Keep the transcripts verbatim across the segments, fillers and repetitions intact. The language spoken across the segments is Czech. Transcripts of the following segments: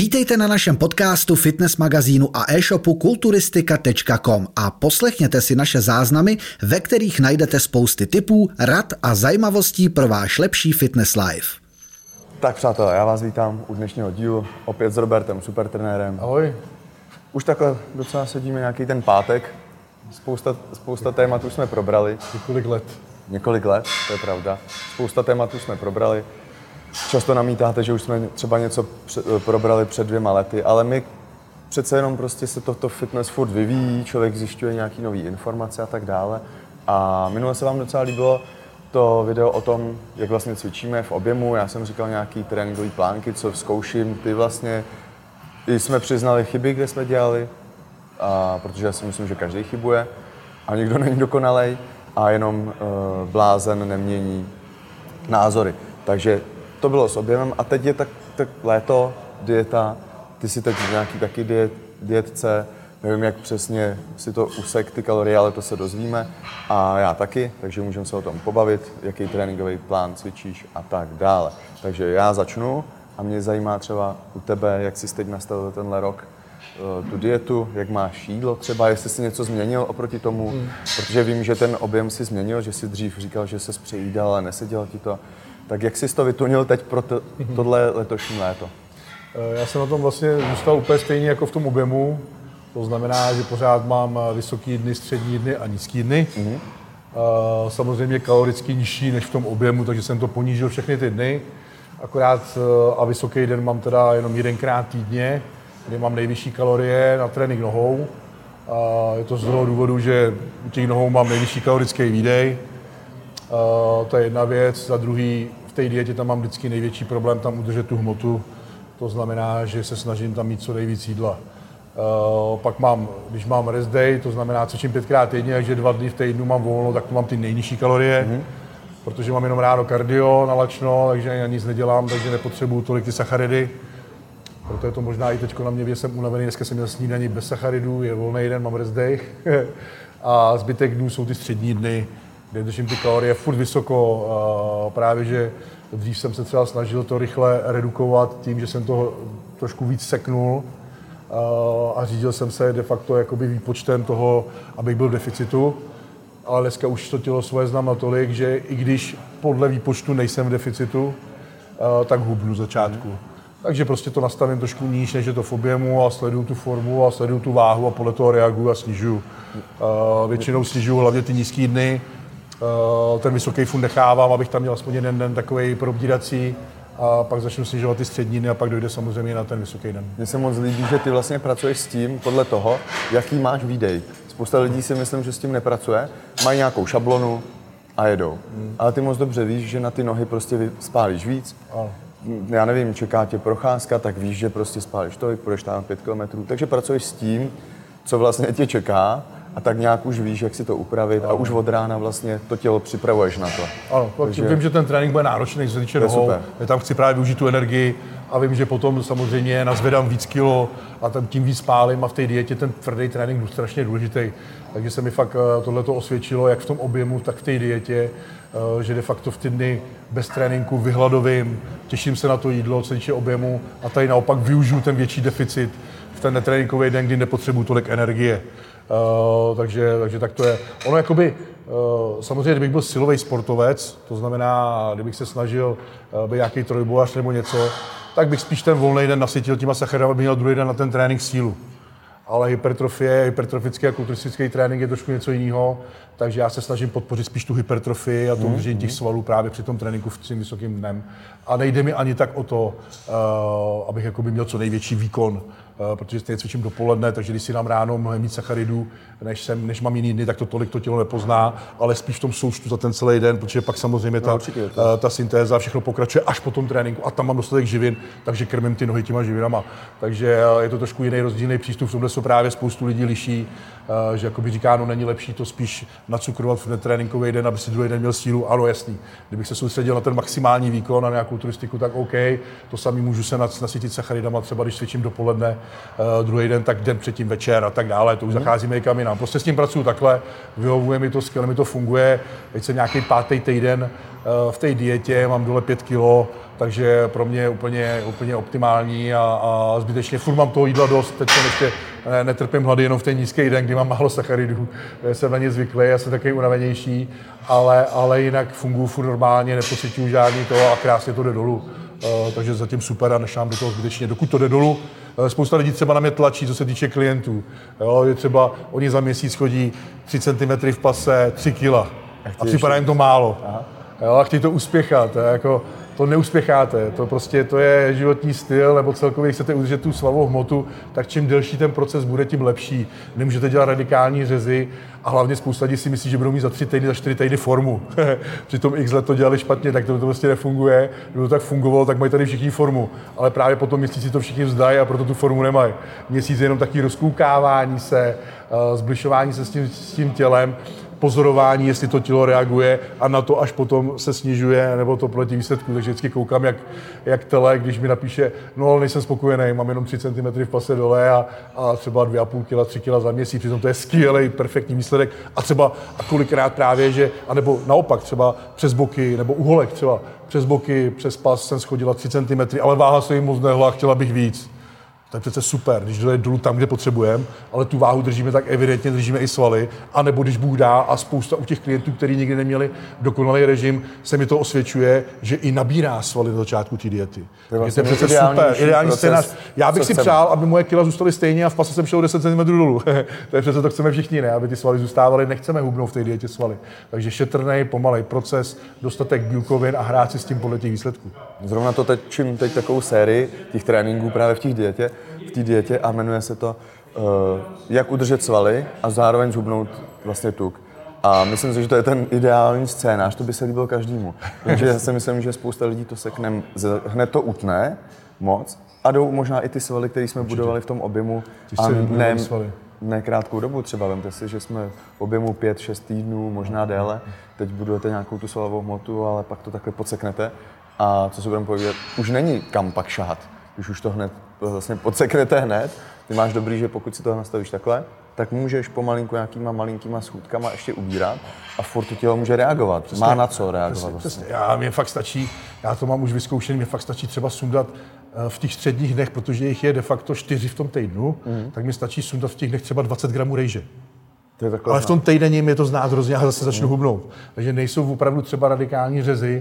Vítejte na našem podcastu, fitness magazínu a e-shopu kulturistika tečka com a poslechněte si naše záznamy, ve kterých najdete spousty tipů, rad a zajímavostí pro váš lepší fitness life. Tak přátelé, já vás vítám u dnešního dílu, opět s Robertem, supertrenérem. Ahoj. Už takhle docela sedíme nějaký ten pátek, spousta, spousta tématů jsme probrali. Několik let. Několik let, to je pravda. Spousta tématů jsme probrali. Často namítáte, že už jsme třeba něco probrali před dvěma lety, ale my přece jenom prostě se toto fitness furt vyvíjí, člověk zjišťuje nějaký nový informace a tak dále. A minule se vám docela líbilo to video o tom, jak vlastně cvičíme v objemu. Já jsem říkal nějaký tréninkový plánky, co zkouším. Ty vlastně jsme přiznali chyby, kde jsme dělali, a protože já si myslím, že každý chybuje a nikdo není dokonalej a jenom uh, blázen nemění názory. Takže to bylo s objemem a teď je tak, tak léto, dieta, ty si teď v nějaký taky diet, dietce, nevím, jak přesně si to usek ty kalorie, ale to se dozvíme a já taky, takže můžeme se o tom pobavit, jaký tréninkový plán cvičíš a tak dále. Takže já začnu a mě zajímá třeba u tebe, jak jsi teď nastavil tenhle rok tu dietu, jak máš jídlo třeba, jestli jsi něco změnil oproti tomu, hmm. protože vím, že ten objem si změnil, že jsi dřív říkal, že ses přejídal, ale nesedělo ti to. Tak jak jsi to vytunil teď pro to, tohle letošní léto? Já jsem na tom vlastně zůstal úplně stejně jako v tom objemu. To znamená, že pořád mám vysoký dny, střední dny a nízký dny. Mm-hmm. Samozřejmě kaloricky nižší než v tom objemu, takže jsem to ponížil všechny ty dny. Akorát a vysoký den mám teda jenom jedenkrát týdně, kdy mám nejvyšší kalorie na trénink nohou. A je to z toho důvodu, že u těch nohou mám nejvyšší kalorický výdej. Uh, to je jedna věc. Za druhý, v té dietě tam mám vždycky největší problém tam udržet tu hmotu. To znamená, že se snažím tam mít co nejvíc jídla. Uh, pak mám, když mám rest day, to znamená cvičím pětkrát týdně, takže dva dny v týdnu mám volno, tak tu mám ty nejnižší kalorie, mm-hmm. protože mám jenom ráno kardio nalačno, takže já nic nedělám, takže nepotřebuju tolik ty sacharidy. Proto je to možná i teď na mě, že jsem unavený, dneska jsem měl snídaní bez sacharidů, je volný den, mám rest day. A zbytek dnů jsou ty střední dny, kde držím ty kalorie furt vysoko. A právě, že dřív jsem se třeba snažil to rychle redukovat tím, že jsem to trošku víc seknul a řídil jsem se de facto jakoby výpočtem toho, abych byl v deficitu. Ale dneska už to tělo svoje znám natolik, že i když podle výpočtu nejsem v deficitu, tak hubnu začátku. Mm. Takže prostě to nastavím trošku níž, než je to v objemu a sleduju tu formu a sleduju tu váhu a podle toho reaguju a snižuju. Většinou snižuju hlavně ty nízký dny. Ten vysoký furt nechávám, abych tam měl aspoň jeden den takovej probírací a pak začnu snižovat ty střední dny a pak dojde samozřejmě na ten vysoký den. Mně se moc líbí, že ty vlastně pracuješ s tím podle toho, jaký máš výdej. Spousta lidí si myslím, že s tím nepracuje, mají nějakou šablonu a jedou. Hmm. Ale ty moc dobře víš, že na ty nohy prostě spálíš víc. Ano. Já nevím, čeká tě procházka, tak víš, že prostě spálíš tolik, půjdeš tam pět kilometrů. Takže pracuješ s tím, co vlastně tě čeká. A tak nějak už víš, jak si to upravit ano. a už od rána vlastně to tělo připravuješ na to. Ano, takže vím, že ten trénink bude náročný, co se týče nohou, tam chci právě využít tu energii a vím, že potom samozřejmě nazvedám víc kilo a tam tím víc pálím a v té dietě ten tvrdý trénink byl strašně důležitý. Takže se mi fakt tohleto osvědčilo, jak v tom objemu, tak v té dietě, že de facto v ty dny bez tréninku vyhladovím, těším se na to jídlo, co se týče objemu a tady naopak využiju ten větší deficit v ten netréninkový den, kdy nepotřebuju tolik energie. Uh, takže, takže tak to je. Ono jakoby, uh, samozřejmě, kdybych byl silový sportovec, to znamená, kdybych se snažil uh, být nějaký trojbojař nebo něco, tak bych spíš ten volný den nasytil těma sacharidama, abych měl druhý den na ten trénink sílu. Ale hypertrofie, hypertrofický a kulturistický trénink je trošku něco jiného, takže já se snažím podpořit spíš tu hypertrofii a to udržení mm, těch svalů právě při tom tréninku v tím vysokým dnem. A nejde mi ani tak o to, uh, abych jakoby měl co největší výkon, uh, protože stejně cvičím dopoledne, takže když si dám ráno mnohem víc sacharidů, než, jsem, než mám jiný dny, tak to tolik to tělo nepozná, ale spíš v tom součtu za ten celý den, protože pak samozřejmě ta, no, uh, ta syntéza všechno pokračuje až po tom tréninku a tam mám dostatek živin, takže krmím ty nohy těma živinama. Takže uh, je to trošku jiný rozdílný přístup, v tomhle se právě spoustu lidí liší, uh, že jakoby říká, no není lepší to spíš nacukrovat v netréninkový den, aby si druhý den měl sílu, ano jasný. Kdybych se soustředil na ten maximální výkon, na nějakou turistiku, tak OK, to samý můžu se nasytit sacharidama, třeba když cvičím dopoledne, uh, druhý den, tak den předtím večer a tak dále, to už hmm. zacházíme někam jinam. Prostě s tím pracuju takhle, vyhovuje mi to, skvěle mi to funguje, teď jsem nějaký pátý týden, v té dietě, mám dole pět kilo, takže pro mě je úplně, úplně optimální a, a zbytečně furt mám toho jídla dost, teď jsem ještě netrpím hlady jenom v ten nízký den, kdy mám málo sacharidů, jsem na ně zvyklý, já jsem takový unavenější, ale, ale jinak funguji furt normálně, nepocituju žádný toho a krásně to jde dolů. Uh, takže zatím super a nešám do toho zbytečně. Dokud to jde dolů, uh, spousta lidí třeba na mě tlačí, co se týče klientů. Jo, je třeba, oni za měsíc chodí tři centimetry v pase, tři kila a připadá jim to málo. Jo, a chtějí to uspěchat, to, jako, to neuspěcháte, to prostě to je životní styl, nebo celkově chcete udržet tu svalovou hmotu, tak čím delší ten proces bude, tím lepší. Nemůžete dělat radikální řezy a hlavně spousta lidí si myslí, že budou mít za tři týdny, za čtyři týdny formu. Přitom x let to dělali špatně, tak to, to prostě nefunguje. Kdyby to tak fungovalo, tak mají tady všichni formu. Ale právě potom měsíci to všichni vzdají a proto tu formu nemají. Měsíc je jenom taky rozkoukávání se, zbližování se s tím, s tím tělem, pozorování, jestli to tělo reaguje a na to až potom se snižuje nebo to podle těch výsledků. Takže vždycky koukám, jak, jak tele, když mi napíše, no ale nejsem spokojený, mám jenom tři centimetry v pase dole a, a třeba dvě a půl kila, tři kila za měsíc, přitom to je skvělý, perfektní výsledek a třeba a kolikrát právě, že, anebo naopak třeba přes boky, nebo uholek třeba přes boky, přes pas jsem schodila tři centimetry, ale váha se jim moc nehla, chtěla bych víc. To je přece super, když jde dolů tam, kde potřebujeme, ale tu váhu držíme tak evidentně, držíme i svaly, anebo když Bůh dá a spousta u těch klientů, kteří nikdy neměli dokonalý režim, se mi to osvědčuje, že i nabírá svaly na začátku té diety. To je, vlastně je to přece super, ideální scénář. Já bych si přál, aby moje kila zůstaly stejně a v pase jsem šel deset centimetrů dolů. To je přece to chceme všichni, ne? Aby ty svaly zůstávaly, nechceme hubnout v té dietě svaly. Takže šetrný, pomalej proces, dostatek bílkovin a hrát si s tím podle těch výsledků. Zrovna to teď čím teď takovou sérii těch tréninků právě v té dietě, v té dietě a jmenuje se to uh, jak udržet svaly a zároveň zhubnout vlastně tuk. A myslím si, že to je ten ideální scénář, to by se líbilo každému. Takže já si myslím, že spousta lidí to sekne, hned to utne moc a jdou možná i ty svaly, které jsme Určitě. budovali v tom objemu a ne, ne krátkou dobu. Třeba vemte si, že jsme v objemu pět šest týdnů, možná déle, teď budujete nějakou tu svalovou hmotu, ale pak to takhle podseknete. A co si budeme povědět, už není kam pak šahat, když už to hned vlastně podseknete hned. Ty máš dobrý, že pokud si to nastavíš takhle, tak můžeš pomalinku nějakýma malinkýma schůdkama ještě ubírat a furt to tělo může reagovat. Přesně, má na co reagovat. Přesně, vlastně. Přesně. Já, mě fakt stačí, já to mám už vyzkoušený, mě fakt stačí třeba sundat v těch středních dnech, protože jich je de facto čtyři v tom týdnu, mm. tak mi stačí sundat v těch dnech třeba dvacet gramů rejže. Ale v tom týdenně mi to znát hrozně a zase začnu hubnout. Takže nejsou opravdu třeba radikální řezy,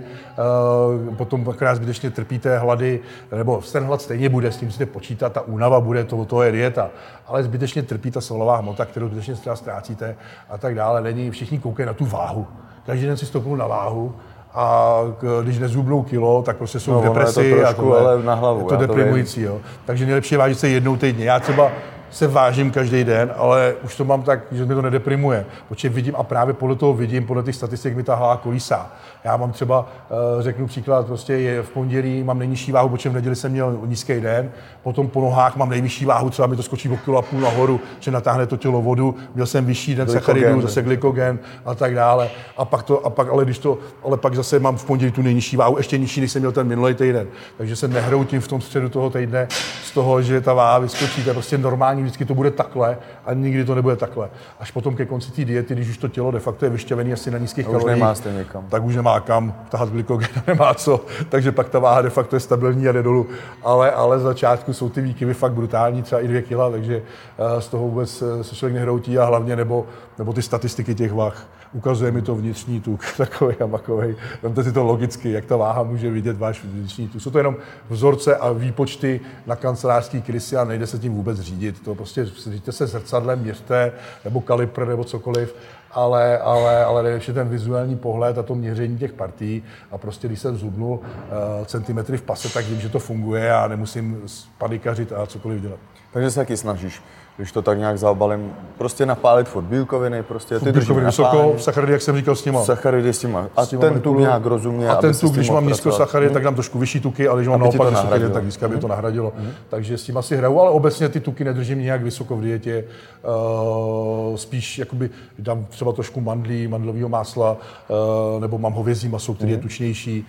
uh, potom akorát zbytečně trpíte hlady, nebo ten hlad stejně bude, s tím musíte počítat, ta únava bude, to, to je dieta, ale zbytečně trpí ta svalová hmota, kterou zbytečně třeba ztrácíte a tak dále. Není, všichni koukají na tu váhu. Každý den si stoupnou na váhu a když nezhubnou kilo, tak prostě jsou no, v depresi to a to ale na hlavu, je to deprimující. Jo. Takže nejlepší je vážit se jednou týdně. Já třeba se vážím každý den, ale už to mám tak, že mi to nedeprimuje. Protože vidím a právě podle toho vidím, podle těch statistik mi ta hlava kolísá. Já mám třeba, řeknu příklad, prostě je v pondělí mám nejnižší váhu, protože v neděli jsem měl nízký den, potom po nohách mám nejvyšší váhu, třeba mi to skočí o kilo a půl nahoru, že natáhne to tělo vodu, měl jsem vyšší den sacharidů, zase glykogen a tak dále. A pak to, a pak, ale když to, ale pak zase mám v pondělí tu nejnižší váhu, ještě nižší, než jsem měl ten minulý týden. Takže se nehroutím v tom středu toho týdne z toho, že ta váha vyskočí, to je prostě normální, vždycky to bude takhle a nikdy to nebude takhle. Až potom ke konci té diety, když už to tělo de facto je vyšťavený asi na nízkých kaloriích, tak už nemá kam tahat glykogen, nemá co, takže pak ta váha de facto je stabilní a jde dolů. Ale, ale z začátku jsou ty výkyvy fakt brutální, třeba i dvě kila, takže z toho vůbec se člověk nehroutí a hlavně nebo, nebo ty statistiky těch vah. Ukazuje mi to vnitřní tuk, takovej a makovej. Vemte si to logicky, jak ta váha může vidět váš vnitřní tuk. Jsou to jenom vzorce a výpočty na kancelářský krysy a nejde se tím vůbec řídit. To prostě říďte se zrcadlem, měřte, nebo kalibr, nebo cokoliv. Ale, ale, ale nejlepší ten vizuální pohled a to měření těch partií a prostě když jsem zhubnul uh, centimetry v pase, tak vím, že to funguje a nemusím panikařit a cokoliv dělat. Takže se taky snažíš, když to tak nějak zaobalím, prostě napálit furt bílkoviny, prostě ty bílkoviny vysoko, sacharidy, jak jsem říkal, s těma. Sacharidy s těma. A s těma ten tuk nějak rozumně, a ten tuk, když mám nízko sacharidy, tak dám trošku vyšší tuky, ale když mám naopak sacharidy, tak nízko, aby to nahradilo. Mm. Takže s tím asi hraju, ale obecně ty tuky nedržím nějak vysoko v dietě. Uh, spíš jakoby dám třeba třeba trošku mandlí, mandlového másla, nebo mám hovězí maso, který je tučnější,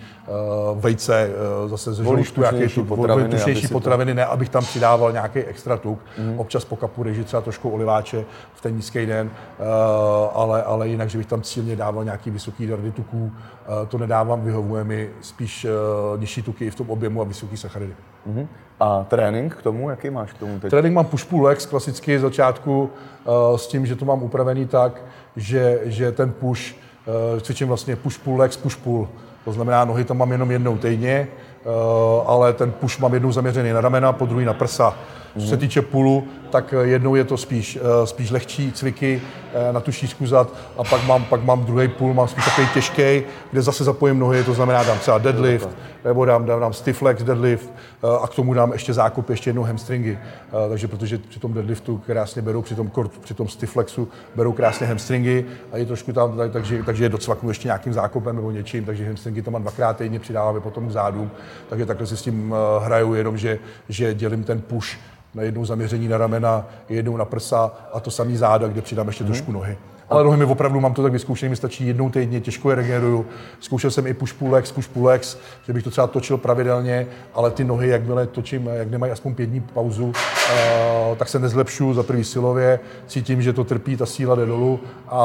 vejce, zase ze žloužku, nějaké potraviny, tučnější potraviny, to... ne, abych tam přidával nějaký extra tuk. Mm. Občas po kapu reži třeba trošku oliváče v ten nízký den, ale, ale jinak, že bych tam cílně dával nějaký vysoký dardy tuků, to nedávám, vyhovuje mi spíš nižší tuky i v tom objemu a vysoký sacharidy. Mm. A trénink k tomu, jaký máš k tomu teď? Trénink mám push-pull legs klasicky z začátku uh, s tím, že to mám upravený tak, že, že ten push, uh, cvičím vlastně push-pull legs, push-pull. To znamená, nohy tam mám jenom jednou týdně, uh, ale ten push mám jednou zaměřený na ramena, po druhý na prsa. Co se týče pullu, tak jednou je to spíš, spíš lehčí cviky na tu šířku zad a pak mám, pak mám druhý pull, mám spíš takový těžký, kde zase zapojím nohy, to znamená dám třeba deadlift, nebo dám, dám, dám stiff legs deadlift a k tomu dám ještě zákop, ještě jednou hamstringy. Takže protože při tom deadliftu krásně berou, při tom, při tom stiff flexu berou krásně hamstringy a je trošku tam, takže, takže je docvaknu ještě nějakým zákopem nebo něčím, takže hamstringy tam mám dvakrát týdně, přidáváme potom k zádům, takže takhle si s tím hraju, jenom že, že dělím ten push na jednou zaměření na ramena, jednou na prsa a to samý záda, kde přidám ještě hmm. trošku nohy. Ale nohy mi opravdu mám to tak vyzkoušený, mi stačí jednou týdně, těžko je regeneruju. Zkoušel jsem i push-pull legs, push-pull legs, že bych to třeba točil pravidelně, ale ty nohy, jakmile točím, jak nemají aspoň pět dní pauzu, uh, tak se nezlepšuju za prvý silově, cítím, že to trpí, ta síla jde dolů a,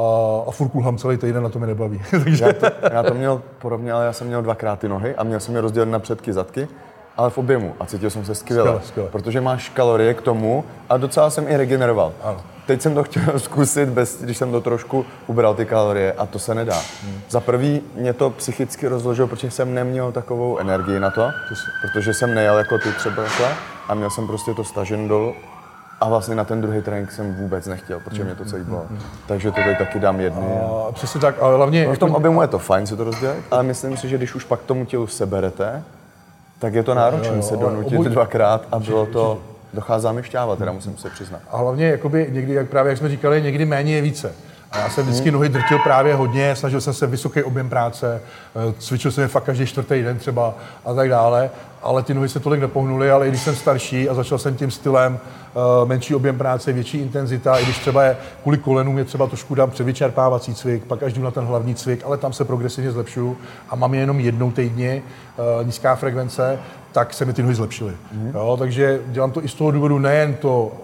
a furt kulhám celý týden, na to mi nebaví. Takže... já, to, já to měl podobně, ale já jsem měl dvakrát ty nohy a měl jsem je rozdělit na předky, zadky. Ale v objemu a cítil jsem se skvěle, skvěle, skvěle, protože máš kalorie k tomu a docela jsem i regeneroval. Ano. Teď jsem to chtěl zkusit, bez, když jsem to trošku ubral ty kalorie a to se nedá. Hmm. Za prvý mě to psychicky rozložilo, protože jsem neměl takovou energii na to, protože jsem nejel jako ty třeba takhle a měl jsem prostě to stažen dolů a vlastně na ten druhý trénink jsem vůbec nechtěl, protože mě to celý bylo. Hmm. Takže to teď taky dám jedny. A přesně tak, ale hlavně... No v tom objemu je to fajn si to rozdělit, ale myslím si, že když už pak tomu tělu seberete, tak je to náročné se donutit obuď... dvakrát a bylo to, dochází mi šťáva, teda musím se přiznat. A hlavně, jakoby někdy, jak právě jak jsme říkali, někdy méně je více. A já jsem vždycky nohy drtil právě hodně, snažil jsem se vysoký objem práce, cvičil jsem je fakt každý čtvrtý den třeba a tak dále, ale ty nohy se tolik nepohnuly, ale i když jsem starší a začal jsem tím stylem uh, menší objem práce, větší intenzita, i když třeba je kvůli kolenům je třeba trošku dám převyčerpávací cvik, pak až jdu na ten hlavní cvik, ale tam se progresivně zlepšuju a mám je jenom jednou týdně, uh, nízká frekvence, tak se mi ty nohy zlepšily. Mm. Jo, takže dělám to i z toho důvodu, nejen to,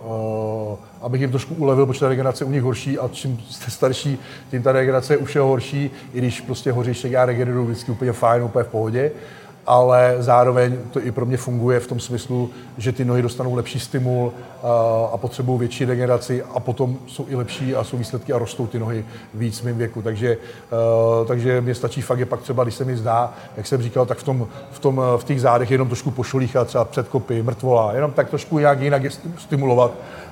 uh, abych jim trošku ulevil, protože ta regenerace u nich horší a čím jste starší, tím ta regenerace je u všeho horší, i když prostě hoříšek já regeneruju vždycky úplně fajn, úplně v pohodě, ale zároveň to i pro mě funguje v tom smyslu, že ty nohy dostanou lepší stimul uh, a potřebují větší regeneraci a potom jsou i lepší a jsou výsledky a rostou ty nohy víc v mém věku. Takže, uh, takže mě stačí fakt je pak třeba, když se mi zdá, jak jsem říkal, tak v tom, v tom, v těch zádech jenom trošku pošolíchat, třeba předkopy, mrtvola, jenom tak trošku nějak jinak je stimulovat,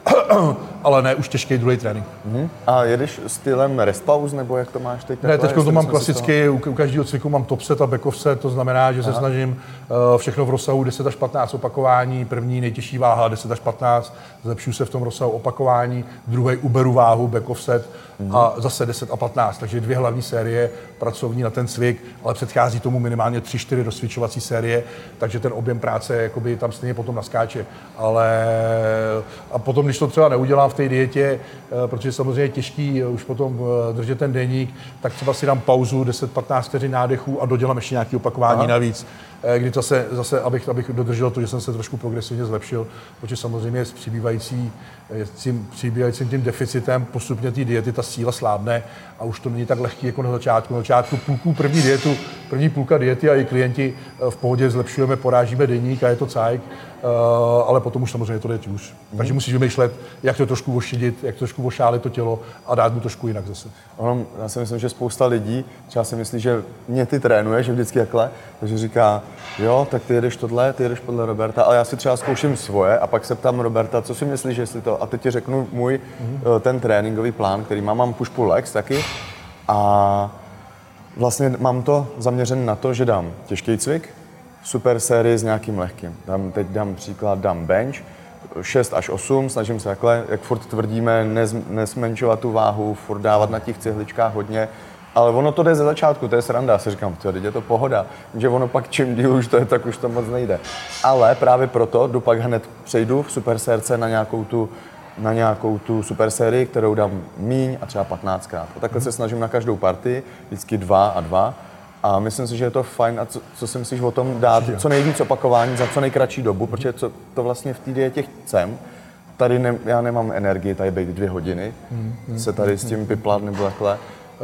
ale ne už těžký druhý trénink. Mm-hmm. A jedeš stylem rest pause, nebo jak to máš teď? Ne, teď to mám klasicky, u, u každého cviku mám top set a back off set, to znamená, že Aha. se snažím uh, všechno v rozsahu deset až patnáct opakování, první nejtěžší váha deset až patnáct, zlepšuju se v tom rozsahu opakování, druhý uberu váhu, back off set mm-hmm. a zase deset a patnáct, takže dvě hlavní série pracovní na ten cvik, ale předchází tomu minimálně tři čtyři rozcvičovací série, takže ten objem práce jakoby tam stejně potom naskáče, ale a potom, když to třeba neudělám v té dietě, protože samozřejmě je těžký už potom držet ten deník, tak třeba si dám pauzu deset patnáct vteřin nádechů a dodělám ještě nějaké opakování Aha. navíc, kdy zase, zase abych, abych dodržel to, že jsem se trošku progresivně zlepšil, protože samozřejmě s přibývající, s tím přibývajícím tím deficitem postupně té diety ta síla slábne a už to není tak lehký jako na začátku. Na začátku půlku první dietu, první půlka diety a i klienti v pohodě zlepšujeme, porážíme deník a je to cajk, ale potom už samozřejmě to jde už. Mm. Takže musíš vymýšlet, jak to trošku ošidit, jak to trošku ošálit to tělo a dát mu trošku jinak zase. Ono, já si myslím, že spousta lidí třeba si myslí, že mě ty trénuje, že vždycky takhle, takže říká, jo, tak ty jedeš tohle, ty jedeš podle Roberta, ale já si třeba zkouším svoje a pak se ptám Roberta, co si myslíš, jestli to, a teď ti řeknu můj mm. ten tréninkový plán, který mám, mám push-pull legs taky a vlastně mám to zaměřené na to, že dám těžký cvik, super sérii s nějakým lehkým. Dám, teď dám příklad, dám bench, šest až osm, snažím se takhle, jak furt tvrdíme, nez, nesmenšovat tu váhu, furt dávat na těch cihličkách hodně, ale ono to jde ze začátku, to je sranda, já si říkám, teď je to pohoda, že ono pak čím díl už to je, tak už to moc nejde. Ale právě proto jdu pak hned přejdu v super sérce na nějakou tu na nějakou tu super sérii, kterou dám míň a třeba patnáctkrát. A takhle se snažím na každou partii, vždycky dva a dva. A myslím si, že je to fajn. A co, co si myslíš o tom dát co nejvíc opakování za co nejkratší dobu, protože co, to vlastně v té dietě chcem. Tady ne, já nemám energii tady být dvě hodiny, hmm, hmm, se tady hmm, s tím piplat nebo takhle.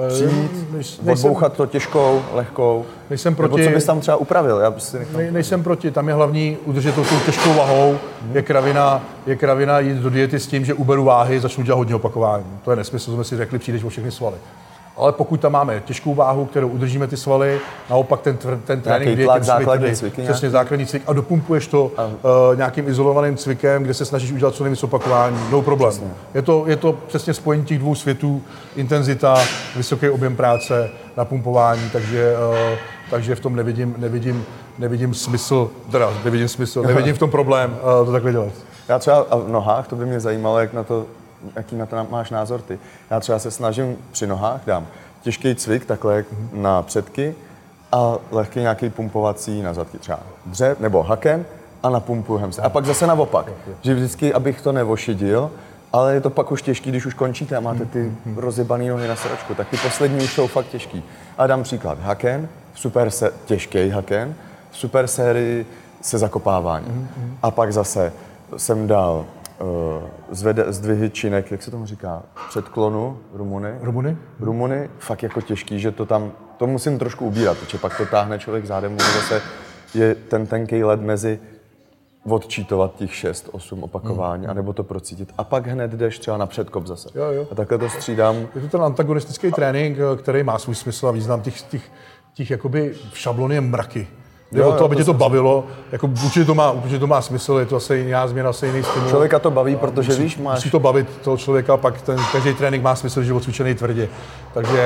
Přijít, odbouchat to těžkou, lehkou, nejsem proti, nebo co bys tam třeba upravil? Já si nechám... ne, nejsem proti, tam je hlavní udržet to tou těžkou vahou, hmm. je, kravina, je kravina jít do diety s tím, že uberu váhy, začnu dělat hodně opakování. To je nesmysl, jsme si řekli, přijdeš o všechny svaly. Ale pokud tam máme těžkou váhu, kterou udržíme ty svaly, naopak ten, tvr, ten trénink dietě musí být tvrdý, přesně základní cvik a dopumpuješ to a... uh, nějakým izolovaným cvikem, kde se snažíš udělat co nejvíc opakování, no problém. Je to, je to přesně spojení těch dvou světů, intenzita, vysoký objem práce, napumpování, takže, uh, takže v tom nevidím, nevidím, nevidím smysl, teda nevidím smysl, nevidím v tom problém uh, to takhle dělat. Já třeba v nohách, to by mě zajímalo, jak na to jaký na to máš názor ty. Já třeba se snažím při nohách, dám těžký cvik takhle mm-hmm. na předky a lehký nějaký pumpovací na zadky, třeba dřep nebo hakem a napumpujem se. A pak zase naopak, že vždycky, abych to nevošidil, ale je to pak už těžký, když už končíte a máte ty mm-hmm. rozjebaný nohy na sedačku, tak ty poslední už jsou fakt těžký. A dám příklad, haken, super se, těžký haken, super sérii se zakopáváním. Mm-hmm. A pak zase jsem dal Uh, zvede, zdvihy činek, jak se tomu říká, předklonu, rumuny. Rumuny? Rumuny, fakt jako těžký, že to tam, to musím trošku ubírat, protože pak to táhne člověk zádem, protože zase je ten tenký led mezi odčítovat těch šest, osm opakování, mm. anebo to procítit. A pak hned jdeš třeba na předkop zase. Jo, jo. A takhle to střídám. Je to ten antagonistický a... trénink, který má svůj smysl a význam těch, těch, těch jakoby šablony je mraky. Jde o to, aby tě to bavilo, jako určitě to má, určitě to má smysl, je to asi jiná změna, asi jiný stimul. Člověka to baví, protože musí, víš, máš... Musí to bavit toho člověka, pak ten, každý trénink má smysl, že je odcvičený tvrdě. Takže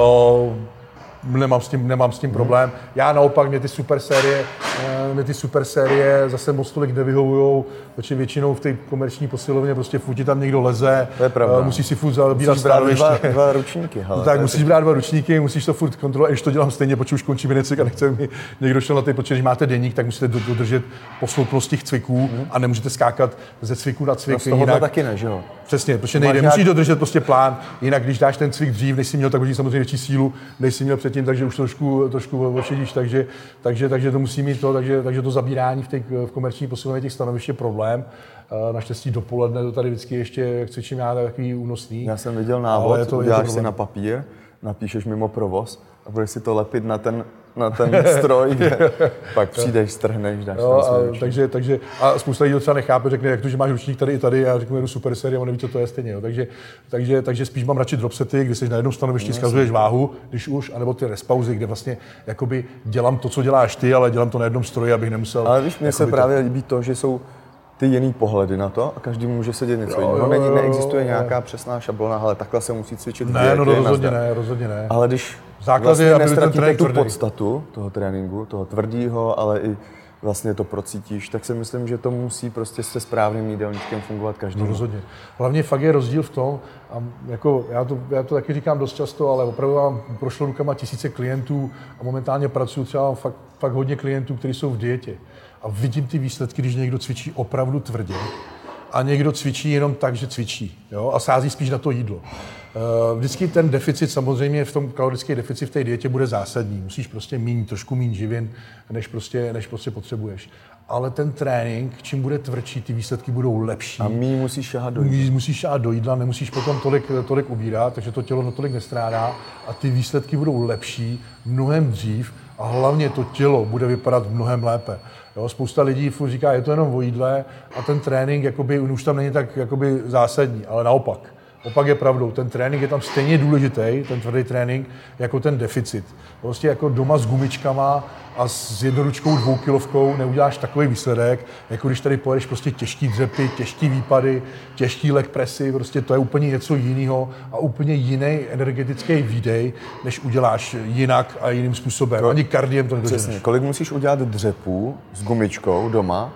uh, nemám s tím, nemám s tím hmm. problém. Já naopak, mě ty super série, uh, mě ty super série zase moc tolik nevyhovujou, protože většinou v té komerční posilovně prostě furt ti tam někdo leze, to je pravda. Uh, musíš si furt zabírat stanoviště. Dva, dva ručníky, hele, no tak musíš brát dva ručníky, musíš to furt kontrolovat, když to dělám stejně, protože už končí minecvik a nechce mi někdo šel na ty, protože když máte deník, tak musíte dodržet posloupnost těch cviků hmm. a nemůžete skákat ze cviku na cvik. No z toho jinak, taky ne, že jo? Přesně, protože nejde, nějak... musíš dodržet prostě plán, jinak když dáš ten cvik dřív, než jsi měl, tak hodí samozřejmě větší sílu, než jsi měl předtím, takže už trošku, trošku odšedíš, takže, takže, takže to musí mít to, takže, takže to zabírání v, těch, v komerční posilovně těch stanovišť je problém. Naštěstí dopoledne to tady vždycky ještě, jak cvičím já, takový únosný. Já jsem viděl návod, to, uděláš si na papír, napíšeš mimo provoz a budeš si to lepit na ten, na ten stroj, kde pak přijdeš, strhneš, dáš jo, tam a, takže, takže, a spousta lidí to třeba nechápe, řekne, jak to, že máš ručník tady i tady, já řeknu, jedu super série, on neví, co to je stejně. Jo. Takže, takže, takže spíš mám radši dropsety, kdy jsi na jednom stanovišti, no, skazuješ váhu, když už, anebo ty respauzy, kde vlastně jakoby dělám to, co děláš ty, ale dělám to na jednom stroji, abych nemusel... Ale víš, mně se právě líbí to, že jsou ty jiný pohledy na to a každý může sedět něco jiného. Není, neexistuje nějaká přesná šablona, ale takhle se musí cvičit. Ne, no, no rozhodně ne, rozhodně ne. Ale když základ vlastně je, nestratíte tu podstatu toho tréninku, toho tvrdýho, ale i vlastně to procítíš, tak si myslím, že to musí prostě se správným jídelníčkem fungovat každý. No, rozhodně. Hlavně fakt je rozdíl v tom, a jako já, to, já to taky říkám dost často, ale opravdu mám prošlo rukama tisíce klientů a momentálně pracuji třeba fakt, fakt hodně klientů, kteří jsou v dietě. A vidím ty výsledky, když někdo cvičí opravdu tvrdě a někdo cvičí jenom tak, že cvičí, jo? A sází spíš na to jídlo. Vždycky ten deficit, samozřejmě v tom kalorický deficit v té dietě bude zásadní. Musíš prostě mít trošku méně živin, než prostě, než prostě potřebuješ. Ale ten trénink, čím bude tvrdší, ty výsledky budou lepší. A míň musíš šahat do jídla. Musíš šahat do jídla, nemusíš potom tolik, tolik ubírat, takže to tělo natolik nestrádá a ty výsledky budou lepší mnohem dřív a hlavně to tělo bude vypadat mnohem lépe. Jo, spousta lidí furt říká, je to jenom o jídle a ten trénink jakoby, už tam není tak jakoby zásadní, ale naopak. Opak je pravdou, ten trénink je tam stejně důležitý, ten tvrdý trénink, jako ten deficit. Prostě jako doma s gumičkama a s jednoručkou dvoukilovkou neuděláš takový výsledek, jako když tady pojedeš prostě těžký dřepy, těžký výpady, těžký leg presy, prostě to je úplně něco jiného a úplně jiný energetický výdej, než uděláš jinak a jiným způsobem. Ani kardiem to nedoženeš. Přesně, kolik musíš udělat dřepů s gumičkou doma,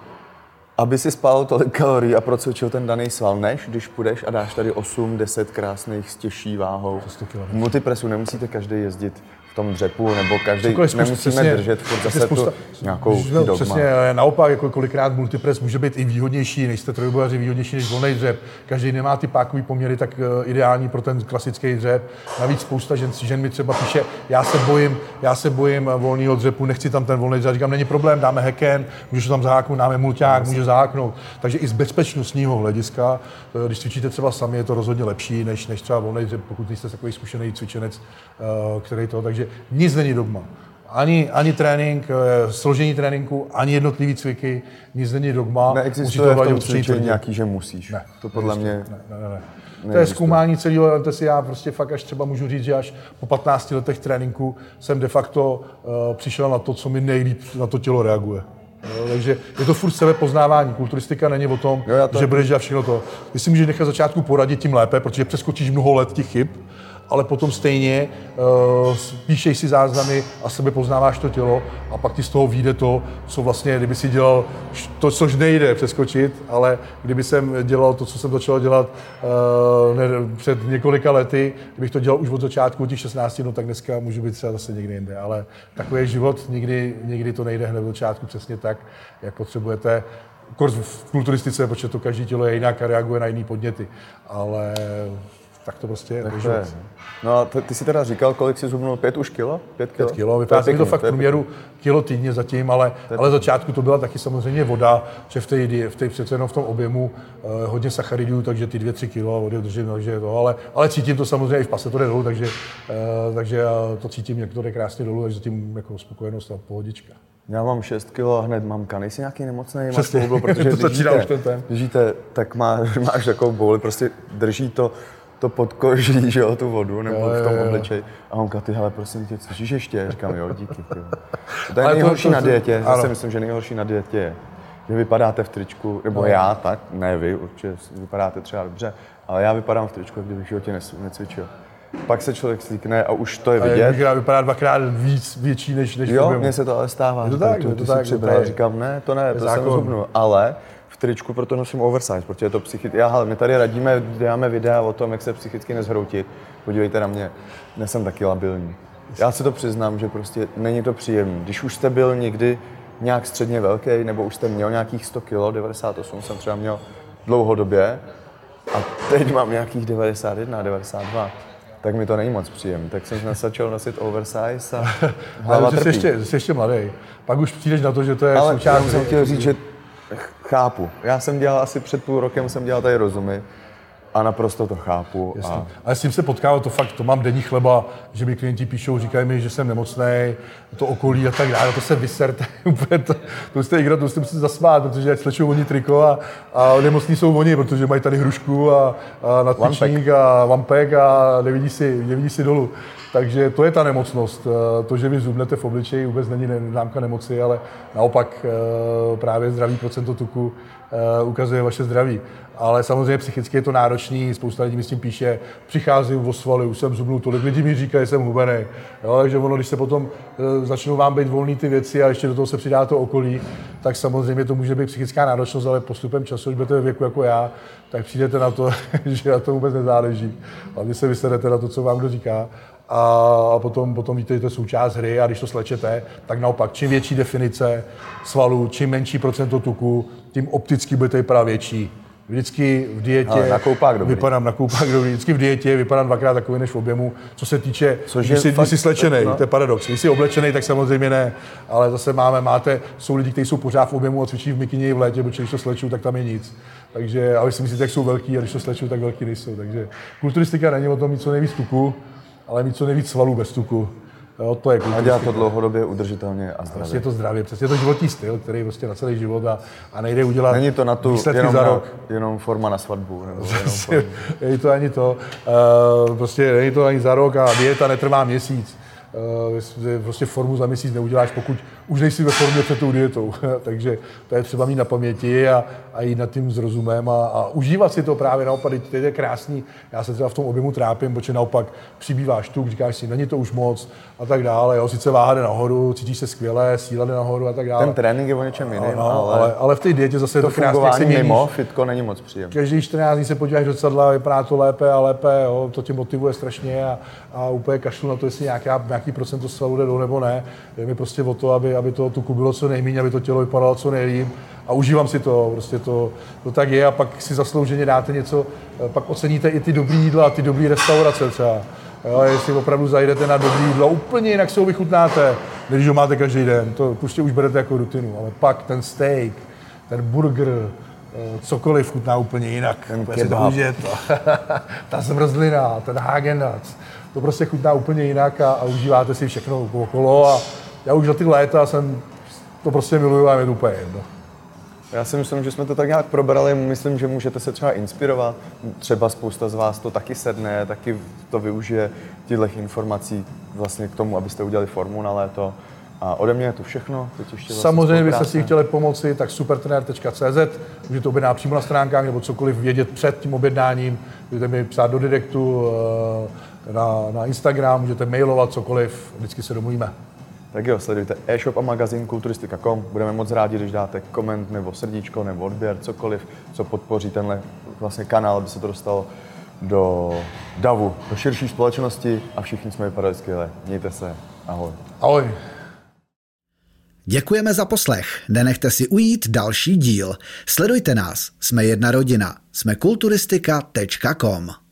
aby si spálil tolik kalorií a procvičil ten daný sval, než když půjdeš a dáš tady osm deset krásných s těžší váhou. V multipresu nemusíte každý jezdit v tom dřepu, nebo každý Cokoliv, nemusíme přesně, držet furt zase spousta, tu nějakou no, dogma. přesně, naopak, jako kolikrát multipress může být i výhodnější, než jste trojbojaři, výhodnější než volný dřep. Každý nemá ty pákový poměry tak uh, ideální pro ten klasický dřep. Navíc spousta žen, žen mi třeba píše, já se bojím, já se bojím volného dřepu, nechci tam ten volný dřep. Říkám, není problém, dáme hacken, můžeš tam zaháknout, dáme mulťák, může zaháknout. Takže i z bezpečnostního hlediska, když cvičíte třeba sami, je to rozhodně lepší, než, než třeba volný dřep, pokud nejste takový zkušený cvičenec, uh, který to, takže nic není dogma. Ani, ani trénink, složení tréninku, ani jednotlivý cviky, nic není dogma. Neexistuje v tom cvičení nějaký, že musíš. Ne, to podle mě... Ne, ne, ne. To je zkoumání celého, to si já prostě fakt až třeba můžu říct, že až po patnácti letech tréninku jsem de facto uh, přišel na to, co mi nejlíp na to tělo reaguje. Jo, takže je to furt sebepoznávání. Kulturistika není o tom, jo, to... že budeš dělat všechno to. Ty si můžeš nechat začátku poradit, tím lépe, protože přeskočíš mnoho let těch chyb, ale potom stejně uh, píšeš si záznamy a sebe poznáváš to tělo a pak ti z toho vyjde to, co vlastně, kdyby si dělal to, což nejde přeskočit, ale kdyby jsem dělal to, co jsem začal dělat uh, ne, před několika lety, kdybych to dělal už od začátku, těch šestnácti, no tak dneska můžu být třeba zase někde jinde, ale takový život, nikdy, nikdy to nejde hned od začátku přesně tak, jak potřebujete. Kurz v kulturistice, protože to každé tělo je jinak a reaguje na jiné podněty, ale tak to prostě je. Tak to je. No a ty, ty jsi teda říkal, kolik jsi zhubnul? Pět už kilo? Pět kilo? Pět kilo, vypadá to, to fakt v průměru kilo týdně zatím, ale, ale začátku to byla taky samozřejmě voda, že v té, v té přece jenom v tom objemu eh, hodně sacharidů, takže ty dvě, tři kilo vody držím, takže to, ale, ale cítím to samozřejmě i v pase to jde dolů, takže, eh, takže to cítím, jak to jde krásně dolů, takže zatím jako spokojenost a pohodička. Já mám šest kilo a hned mamka, nejsi nějaký nemocnej, máš boublo, protože to držíte, držíte, tak má, máš takovou bouli, prostě drží to, to pod koží, že jo, tu vodu, nebo jo, v tom obličeji. A mamka, ty hele, prosím tě, cvičíš ještě? Říkám, jo, díky, ty. To je ale nejhorší to, to, na dietě, zase ano. Myslím, že nejhorší na dietě je, že vypadáte v tričku, nebo no. já tak, ne vy, určitě vypadáte třeba dobře, ale já vypadám v tričku, kdybych v životě necvičil. Pak se člověk slíkne a už to je vidět. A vypadá dvakrát víc větší než než jo, mně se to ale stává. Je to tak, tu, je to tak. Přibral, říkám, ne, to ne, to zákon. Jsem zhubnul, ale v tričku proto nosím oversize, protože je to psychicky. Já, my tady radíme, děláme videa o tom, jak se psychicky nezhroutit. Podívejte na mě, dnes jsem taky labilní. Já si to přiznám, že prostě není to příjemný. Když už jste byl někdy nějak středně velký, nebo už jste měl nějakých sto kilo, devadesát osm jsem třeba měl dlouhodobě, a teď mám nějakých devadesát jedna, devadesát dva. Tak mi to není moc příjemné. Tak jsem začal nosit oversize a hlava trpí. Ale jsi ještě, jsi ještě mladý. Pak už přijdeš na to, že to je ale součást. Ale jsem chtěl říct, že chápu. Já jsem dělal asi před půl rokem, jsem dělal tady rozumy a naprosto to chápu. A... Ale s tím se potkávám, to fakt, to mám denní chleba, že mi klienti píšou, říkají mi, že jsem nemocnej, to okolí a tak dále, to se vyserte úplně, to, to jste igra, to jste musíte zasmát, protože ať slečou oni triko a, a nemocní jsou oni, protože mají tady hrušku a, a nadpičník a vampek a nevidí si, nevidí si dolů. Takže to je ta nemocnost. To, že vy zubnete v obličeji, vůbec není známka nemoci, ale naopak právě zdravý procento tuku ukazuje vaše zdraví. Ale samozřejmě psychicky je to náročný, spousta lidí mi s tím píše, přicházím o svaly, už jsem zubnul tolik, lidi mi říkají, že jsem hubený. Jo, takže ono, když se potom e, začnou vám být volný ty věci a ještě do toho se přidá to okolí, tak samozřejmě to může být psychická náročnost, ale postupem času, když budete ve věku jako já, tak přijdete na to, že na to vůbec nezáleží. Hlavně se vysedete na to, co vám kdo říká. A potom, potom víte, že to je součást hry a když to slečete, tak naopak, čím větší definice svalů, čím menší procento tuku, tím opticky budete vypadat větší. Vždycky v dietě na koupák dobrý. vypadám na koupák dobrý. Vždycky v dietě vypadám dvakrát takový než v objemu, co se týče, když jsi, když jsi slečenej, no. To je paradox. Když jsi oblečenej, tak samozřejmě ne, ale zase máme, máte, jsou lidi, kteří jsou pořád v objemu a cvičí v mikini v létě, protože když to slečou, tak tam je nic. Takže, ale si myslíte, jak jsou velký a když to slečou, tak velký nejsou. Takže kulturistika není o tom mít co nejvíc tuku, ale mít co nejvíc svalů bez tuku. Jo, to je a dělat to dlouhodobě udržitelně a zdravě. Prostě je to zdravě, přesně je to životní styl, který prostě na celý život a, a nejde udělat. Není to na tu jenom, za na, rok. jenom forma na svatbu. Nebo jenom forma. Není to ani to, uh, prostě není to ani za rok a dieta netrvá měsíc. Uh, prostě formu za měsíc neuděláš, pokud už nejsi ve formě před tou dietou. Takže to je třeba mít na paměti a, a jít nad tím s rozumem a, a užívat si to právě naopak. Teď je krásný, já se třeba v tom objemu trápím, protože naopak přibýváš tuk, říkáš si, není to už moc a tak dále. Jo. Sice váha jde nahoru, cítíš se skvěle, síla jde nahoru a tak dále. Ten trénink je o něčem jiným, no, ale, ale, ale v té dietě zase to je to krásně, jak se fungování mimo měníš. fitko není moc příjemné. Každý čtrnáct dní se podíváš do zrcadla, vypadá to lépe a lépe, jo, to tě motivuje strašně a, a úplně kašlu na to, jestli nějaká, nějaký procento svalu jde dolů nebo ne. Je mi prostě o to, aby, aby to tuku bylo co nejméně, aby to tělo vypadalo co nejlíp a užívám si to, prostě to, to tak je a pak si zaslouženě dáte něco, pak oceníte i ty dobrý jídla a ty dobrý restaurace třeba. Jo, jestli opravdu zajdete na dobrý jídlo, úplně jinak se ho vychutnáte, než ho máte každý den, to prostě už berete jako rutinu, ale pak ten steak, ten burger, cokoliv chutná úplně jinak. Ten kebab. Ta zmrzlina, ten Häagen-Dazs, to prostě chutná úplně jinak a, a užíváte si všechno okolo a já už za ty léta jsem to prostě miluju a je to úplně jedno. Já si myslím, že jsme to tak nějak probrali, myslím, že můžete se třeba inspirovat, třeba spousta z vás to taky sedne, taky to využije těchto informací vlastně k tomu, abyste udělali formu na léto. A ode mě je to všechno. Teď ještě vlastně samozřejmě, kdybyste si chtěli pomoci, tak supertrenér tečka cé zet, můžete objednat přímo na stránkách nebo cokoliv vědět před tím objednáním, můžete mi psát do direktu, na, na Instagram, můžete mailovat cokoliv, vždycky se domluvíme. Tak jo, sledujte e-shop a magazín kulturistika tečka com. Budeme moc rádi, když dáte koment nebo srdíčko nebo odběr, cokoliv, co podpoří tenhle vlastně kanál, aby se to dostalo do davu, do širší společnosti a všichni jsme vypadali skvěle. Mějte se. Ahoj. Ahoj. Děkujeme za poslech. Nenechte si ujít další díl. Sledujte nás. Jsme jedna rodina. Jsme kulturistika tečka com.